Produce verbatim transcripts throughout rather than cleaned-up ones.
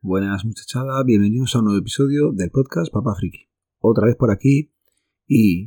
Buenas muchachada, bienvenidos a un nuevo episodio del podcast Papá Friki. Otra vez por aquí y...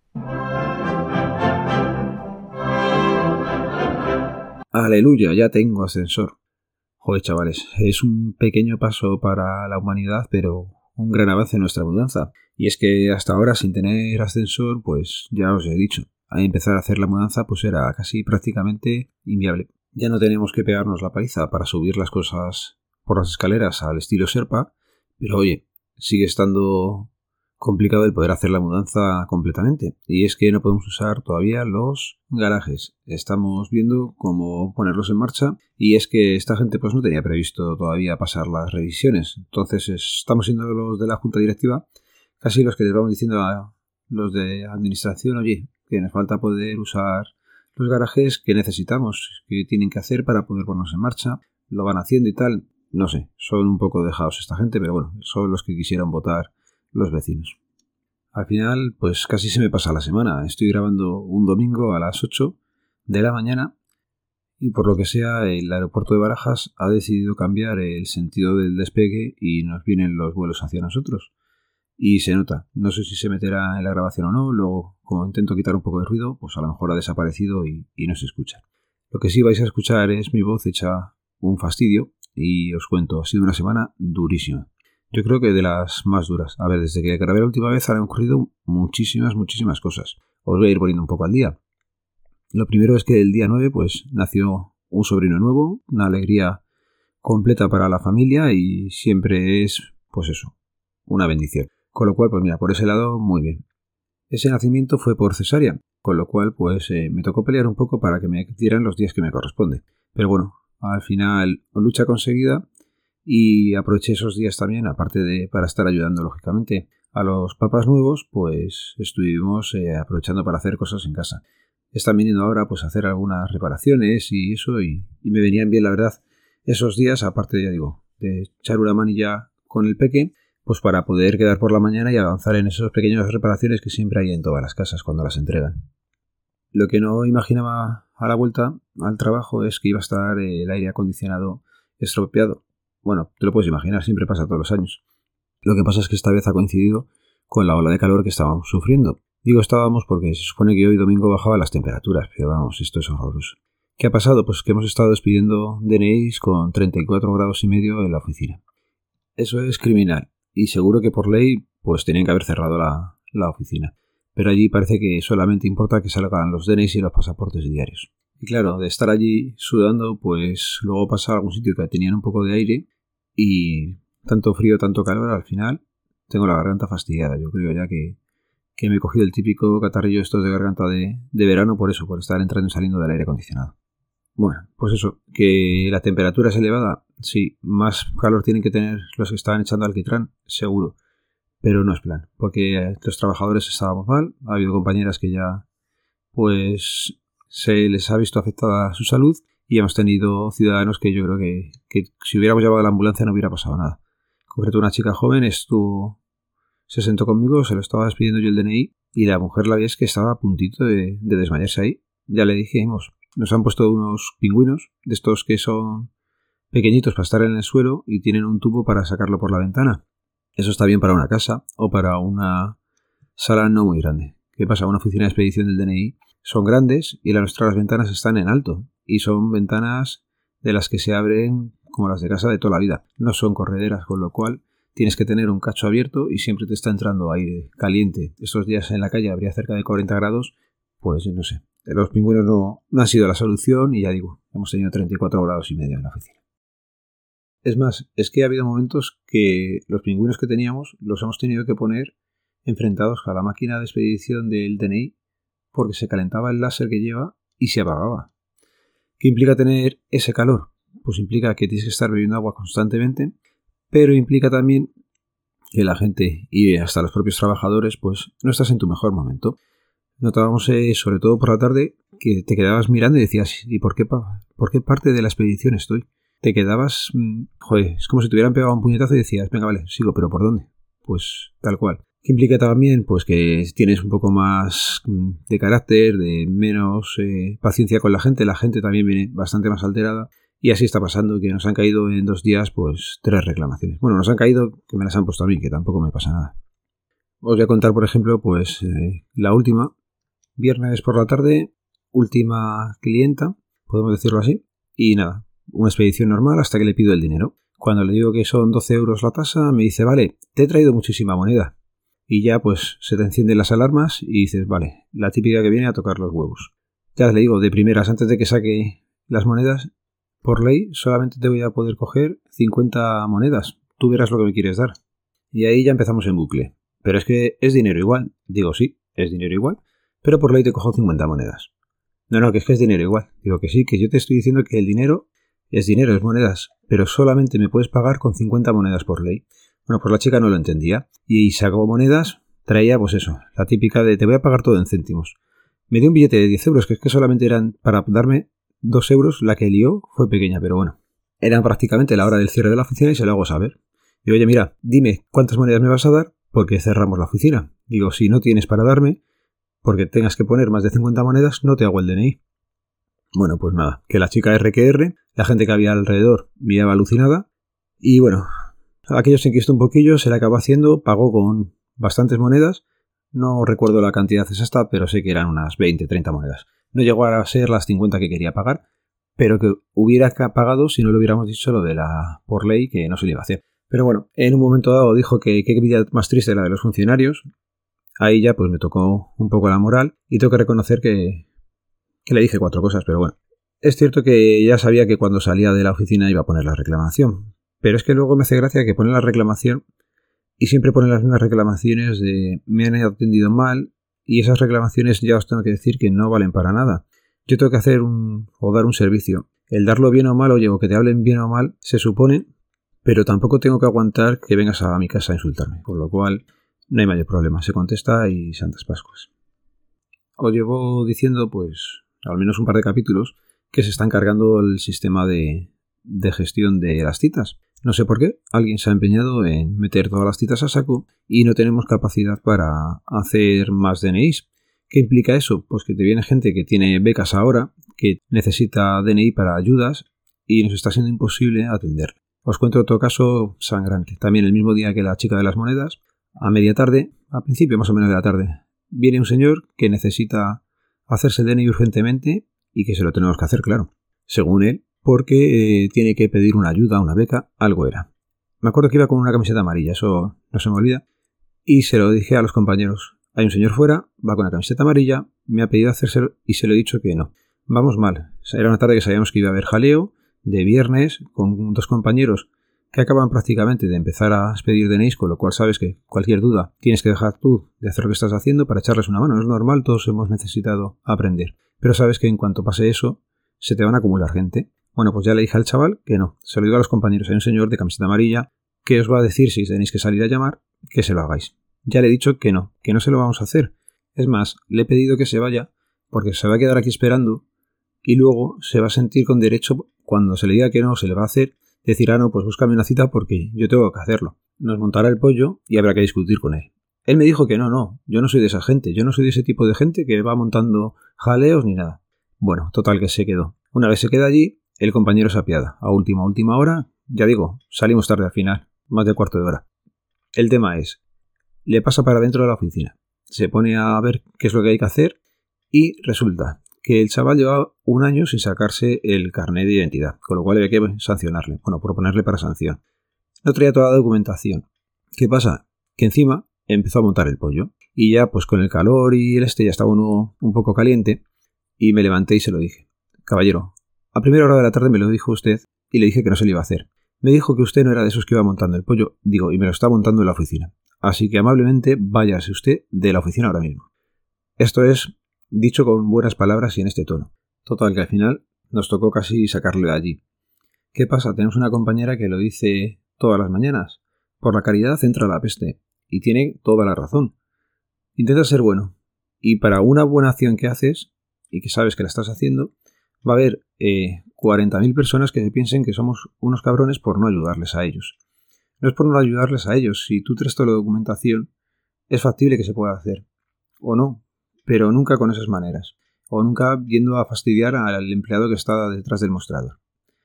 ¡Aleluya! Ya tengo ascensor. Joder, chavales, es un pequeño paso para la humanidad, pero un gran avance en nuestra mudanza. Y es que hasta ahora, sin tener ascensor, pues ya os he dicho, al empezar a hacer la mudanza pues era casi prácticamente inviable. Ya no tenemos que pegarnos la paliza para subir las cosas por las escaleras al estilo Sherpa, pero oye, sigue estando complicado el poder hacer la mudanza completamente. Y es que no podemos usar todavía los garajes. Estamos viendo cómo ponerlos en marcha y es que esta gente pues no tenía previsto todavía pasar las revisiones. Entonces estamos siendo los de la junta directiva casi los que les vamos diciendo a los de administración, oye, que nos falta poder usar los garajes, que necesitamos, que tienen que hacer para poder ponernos en marcha. Lo van haciendo y tal. No sé, son un poco dejados esta gente, pero bueno, son los que quisieran votar los vecinos. Al final, pues casi se me pasa la semana. Estoy grabando un domingo a las ocho de la mañana y por lo que sea el aeropuerto de Barajas ha decidido cambiar el sentido del despegue y nos vienen los vuelos hacia nosotros. Y se nota, no sé si se meterá en la grabación o no, luego como intento quitar un poco de ruido, pues a lo mejor ha desaparecido y, y no se escucha. Lo que sí vais a escuchar es mi voz hecha un fastidio. Y os cuento, ha sido una semana durísima. Yo creo que de las más duras. A ver, desde que grabé la última vez han ocurrido muchísimas, muchísimas cosas. Os voy a ir poniendo un poco al día. Lo primero es que el día nueve, pues, nació un sobrino nuevo, una alegría completa para la familia y siempre es, pues eso, una bendición. Con lo cual, pues mira, por ese lado, muy bien. Ese nacimiento fue por cesárea, con lo cual, pues, eh, me tocó pelear un poco para que me dieran los días que me corresponde. Pero bueno, al final, lucha conseguida y aproveché esos días también, aparte de para estar ayudando, lógicamente, a los papás nuevos, pues estuvimos eh, aprovechando para hacer cosas en casa. Están viniendo ahora pues a hacer algunas reparaciones y eso, y, y me venían bien, la verdad, esos días, aparte de, ya digo, de echar una manilla con el peque, pues para poder quedar por la mañana y avanzar en esas pequeñas reparaciones que siempre hay en todas las casas cuando las entregan. Lo que no imaginaba a la vuelta al trabajo es que iba a estar el aire acondicionado estropeado. Bueno, te lo puedes imaginar, siempre pasa todos los años. Lo que pasa es que esta vez ha coincidido con la ola de calor que estábamos sufriendo. Digo estábamos porque se supone que hoy domingo bajaban las temperaturas, pero vamos, esto es horroroso. ¿Qué ha pasado? Pues que hemos estado despidiendo D N Is con treinta y cuatro grados y medio en la oficina. Eso es criminal y seguro que por ley pues tenían que haber cerrado la, la oficina. Pero allí parece que solamente importa que salgan los D N Is y los pasaportes diarios. Y claro, de estar allí sudando, pues luego pasar a algún sitio que tenían un poco de aire y tanto frío, tanto calor, al final tengo la garganta fastidiada. Yo creo ya que, que me he cogido el típico catarrillo estos de garganta de, de verano por eso, por estar entrando y saliendo del aire acondicionado. Bueno, pues eso, que la temperatura es elevada, sí, más calor tienen que tener los que estaban echando alquitrán, seguro. Pero no es plan, porque los trabajadores estábamos mal, ha habido compañeras que ya pues se les ha visto afectada su salud y hemos tenido ciudadanos que yo creo que, que si hubiéramos llamado a la ambulancia no hubiera pasado nada. En concreto, una chica joven estuvo, se sentó conmigo, se lo estaba despidiendo yo el D N I y la mujer la veía que estaba a puntito de, de desmayarse ahí. Ya le dijimos, nos han puesto unos pingüinos de estos que son pequeñitos para estar en el suelo y tienen un tubo para sacarlo por la ventana. Eso está bien para una casa o para una sala no muy grande. ¿Qué pasa? Una oficina de expedición del D N I son grandes y la nuestra las ventanas están en alto. Y son ventanas de las que se abren como las de casa de toda la vida. No son correderas, con lo cual tienes que tener un cacho abierto y siempre te está entrando aire caliente. Estos días en la calle habría cerca de cuarenta grados, pues no sé. Los pingüinos no, no han sido la solución y ya digo, hemos tenido treinta y cuatro grados y medio en la oficina. Es más, es que ha habido momentos que los pingüinos que teníamos los hemos tenido que poner enfrentados a la máquina de expedición del D N I porque se calentaba el láser que lleva y se apagaba. ¿Qué implica tener ese calor? Pues implica que tienes que estar bebiendo agua constantemente, pero implica también que la gente y hasta los propios trabajadores pues no estás en tu mejor momento. Notábamos eh, sobre todo por la tarde que te quedabas mirando y decías ¿y por qué, pa- por qué parte de la expedición estoy? Te quedabas, mmm, joder, es como si te hubieran pegado un puñetazo y decías, venga, vale, sigo, pero ¿por dónde? Pues tal cual. ¿Qué implica también? Pues que tienes un poco más mmm, de carácter, de menos eh, paciencia con la gente. La gente también viene bastante más alterada Y así está pasando, que nos han caído en dos días pues tres reclamaciones. Bueno, nos han caído que me las han puesto a mí, que tampoco me pasa nada. Os voy a contar, por ejemplo, pues eh, la última, viernes por la tarde, última clienta, podemos decirlo así, y nada, una expedición normal hasta que le pido el dinero. Cuando le digo que son doce euros la tasa, me dice, vale, te he traído muchísima moneda. Y ya pues se te encienden las alarmas y dices, vale, la típica que viene a tocar los huevos. Ya le digo, de primeras, antes de que saque las monedas, por ley solamente te voy a poder coger cincuenta monedas. Tú verás lo que me quieres dar. Y ahí ya empezamos en bucle. Pero es que es dinero igual. Digo, sí, es dinero igual, pero por ley te cojo cincuenta monedas. No, no, que es que es dinero igual. Digo que sí, que yo te estoy diciendo que el dinero es dinero, es monedas, pero solamente me puedes pagar con cincuenta monedas por ley. Bueno, pues la chica no lo entendía. Y sacó monedas, traía pues eso, la típica de te voy a pagar todo en céntimos. Me dio un billete de diez euros, que es que solamente eran para darme dos euros, la que lió fue pequeña, pero bueno. Era prácticamente la hora del cierre de la oficina y se lo hago saber. Digo, oye, mira, dime cuántas monedas me vas a dar porque cerramos la oficina. Digo, si no tienes para darme, porque tengas que poner más de cincuenta monedas, no te hago el D N I. Bueno, pues nada, que la chica R que R, la gente que había alrededor miraba alucinada y bueno, aquello se enquistó un poquillo, se le acabó haciendo, pagó con bastantes monedas, no recuerdo la cantidad exacta, pero sé que eran unas veinte, treinta monedas. No llegó a ser las cincuenta que quería pagar, pero que hubiera pagado si no le hubiéramos dicho lo de la por ley que no se le iba a hacer. Pero bueno, en un momento dado dijo que qué vida más triste la de los funcionarios. Ahí ya pues me tocó un poco la moral y tengo que reconocer que, que le dije cuatro cosas, pero bueno. Es cierto que ya sabía que cuando salía de la oficina iba a poner la reclamación, pero es que luego me hace gracia que pone la reclamación y siempre pone las mismas reclamaciones de me han atendido mal y esas reclamaciones ya os tengo que decir que no valen para nada. Yo tengo que hacer un o dar un servicio. El darlo bien o mal, oye, o que te hablen bien o mal, se supone, pero tampoco tengo que aguantar que vengas a mi casa a insultarme, con lo cual no hay mayor problema, se contesta y santas pascuas. Os llevo diciendo, pues, al menos un par de capítulos que se están cargando el sistema de, de gestión de las citas. No sé por qué, alguien se ha empeñado en meter todas las citas a saco y no tenemos capacidad para hacer más D N Is. ¿Qué implica eso? Pues que te viene gente que tiene becas ahora, que necesita D N I para ayudas y nos está siendo imposible atender. Os cuento otro caso sangrante. También el mismo día que la chica de las monedas, a media tarde, a principio más o menos de la tarde, viene un señor que necesita hacerse D N I urgentemente y que se lo tenemos que hacer, claro, según él, porque eh, tiene que pedir una ayuda, una beca, algo era. Me acuerdo que iba con una camiseta amarilla, eso no se me olvida, y se lo dije a los compañeros. Hay un señor fuera, va con una camiseta amarilla, me ha pedido hacérselo y se lo he dicho que no. Vamos mal. Era una tarde que sabíamos que iba a haber jaleo, de viernes, con dos compañeros que acaban prácticamente de empezar a expedir D N Is, con lo cual sabes que cualquier duda tienes que dejar tú de hacer lo que estás haciendo para echarles una mano. Es normal, todos hemos necesitado aprender. Pero sabes que en cuanto pase eso, se te van a acumular gente. Bueno, pues ya le dije al chaval que no. Se lo digo a los compañeros. Hay un señor de camiseta amarilla que os va a decir si tenéis que salir a llamar, que se lo hagáis. Ya le he dicho que no, que no se lo vamos a hacer. Es más, le he pedido que se vaya porque se va a quedar aquí esperando y luego se va a sentir con derecho, cuando se le diga que no, se le va a hacer, decir, ah, no, pues búscame una cita porque yo tengo que hacerlo. Nos montará el pollo y habrá que discutir con él. Él me dijo que no, no, yo no soy de esa gente, yo no soy de ese tipo de gente que va montando jaleos ni nada. Bueno, total que se quedó. Una vez se queda allí, el compañero se apiada. A última, última hora, ya digo, salimos tarde al final, más de cuarto de hora. El tema es, le pasa para dentro de la oficina, se pone a ver qué es lo que hay que hacer y resulta que el chaval llevaba un año sin sacarse el carnet de identidad, con lo cual había que sancionarle, bueno, proponerle para sanción. No traía toda la documentación. ¿Qué pasa? Que encima empezó a montar el pollo y ya pues con el calor y el este ya estaba uno un poco caliente y me levanté y se lo dije. Caballero, a primera hora de la tarde me lo dijo usted y le dije que no se lo iba a hacer. Me dijo que usted no era de esos que iba montando el pollo, digo, y me lo está montando en la oficina. Así que amablemente váyase usted de la oficina ahora mismo. Esto es dicho con buenas palabras y en este tono. Total, que al final nos tocó casi sacarlo de allí. ¿Qué pasa? Tenemos una compañera que lo dice todas las mañanas. Por la caridad entra la peste. Y tiene toda la razón. Intenta ser bueno. Y para una buena acción que haces, y que sabes que la estás haciendo, va a haber eh, cuarenta mil personas que piensen que somos unos cabrones por no ayudarles a ellos. No es por no ayudarles a ellos. Si tú traes toda la documentación, es factible que se pueda hacer. O no. Pero nunca con esas maneras, o nunca yendo a fastidiar al empleado que está detrás del mostrador.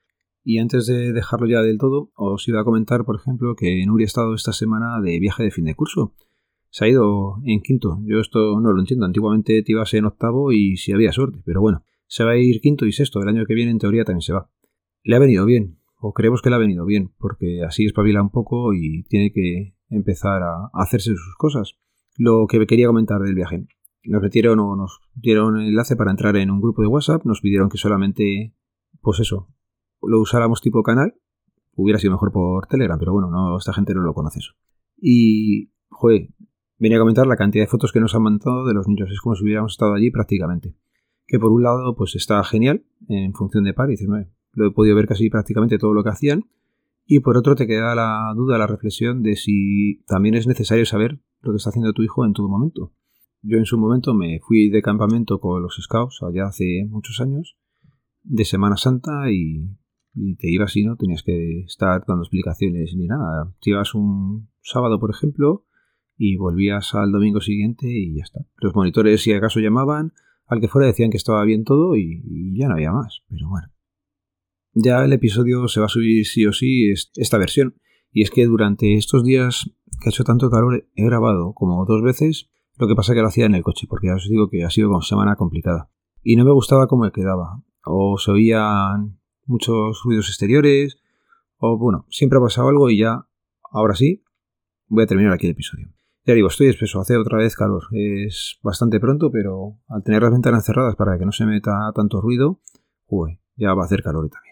Y antes de dejarlo ya del todo, os iba a comentar, por ejemplo, que Nuri ha estado esta semana de viaje de fin de curso. Se ha ido en quinto. Yo esto no lo entiendo. Antiguamente te ibas en octavo y si había suerte, pero bueno, se va a ir quinto y sexto. El año que viene, en teoría, también se va. Le ha venido bien, o creemos que le ha venido bien, porque así espabila un poco y tiene que empezar a hacerse sus cosas. Lo que quería comentar del viaje. Nos metieron o nos dieron el enlace para entrar en un grupo de WhatsApp. Nos pidieron que solamente, pues eso, lo usáramos tipo canal. Hubiera sido mejor por Telegram, pero bueno, no, esta gente no lo conoce eso. Y, joder, venía a comentar la cantidad de fotos que nos han mandado de los niños. Es como si hubiéramos estado allí prácticamente. Que por un lado, pues está genial en función de par. Y dices, lo he podido ver casi prácticamente todo lo que hacían. Y por otro te queda la duda, la reflexión de si también es necesario saber lo que está haciendo tu hijo en todo momento. Yo en su momento me fui de campamento con los Scouts allá hace muchos años, de Semana Santa, y, y te ibas y no tenías que estar dando explicaciones ni nada. Te ibas un sábado, por ejemplo, y volvías al domingo siguiente y ya está. Los monitores, si acaso llamaban, al que fuera decían que estaba bien todo y, y ya no había más. Pero bueno. Ya el episodio se va a subir sí o sí esta versión. Y es que durante estos días que ha hecho tanto calor he grabado como dos veces. Lo que pasa es que lo hacía en el coche, porque ya os digo que ha sido una semana complicada. Y no me gustaba cómo me quedaba. O se oían muchos ruidos exteriores. O bueno, siempre ha pasado algo y ya, ahora sí, voy a terminar aquí el episodio. Ya digo, estoy espeso, hace otra vez calor. Es bastante pronto, pero al tener las ventanas cerradas para que no se meta tanto ruido, uy, ya va a hacer calor también.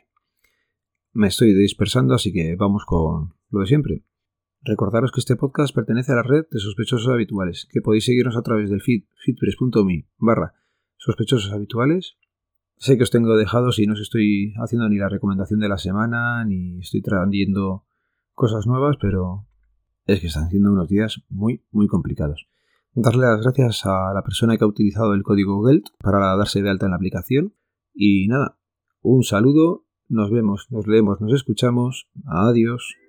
Me estoy dispersando, así que vamos con lo de siempre. Recordaros que este podcast pertenece a la red de sospechosos habituales, que podéis seguirnos a través del feed feedpress punto me barra sospechosos habituales. Sé que os tengo dejados y no os estoy haciendo ni la recomendación de la semana, ni estoy trayendo cosas nuevas, pero es que están siendo unos días muy, muy complicados. Darle las gracias a la persona que ha utilizado el código G E L T para darse de alta en la aplicación. Y nada, un saludo. Nos vemos, nos leemos, nos escuchamos. Adiós.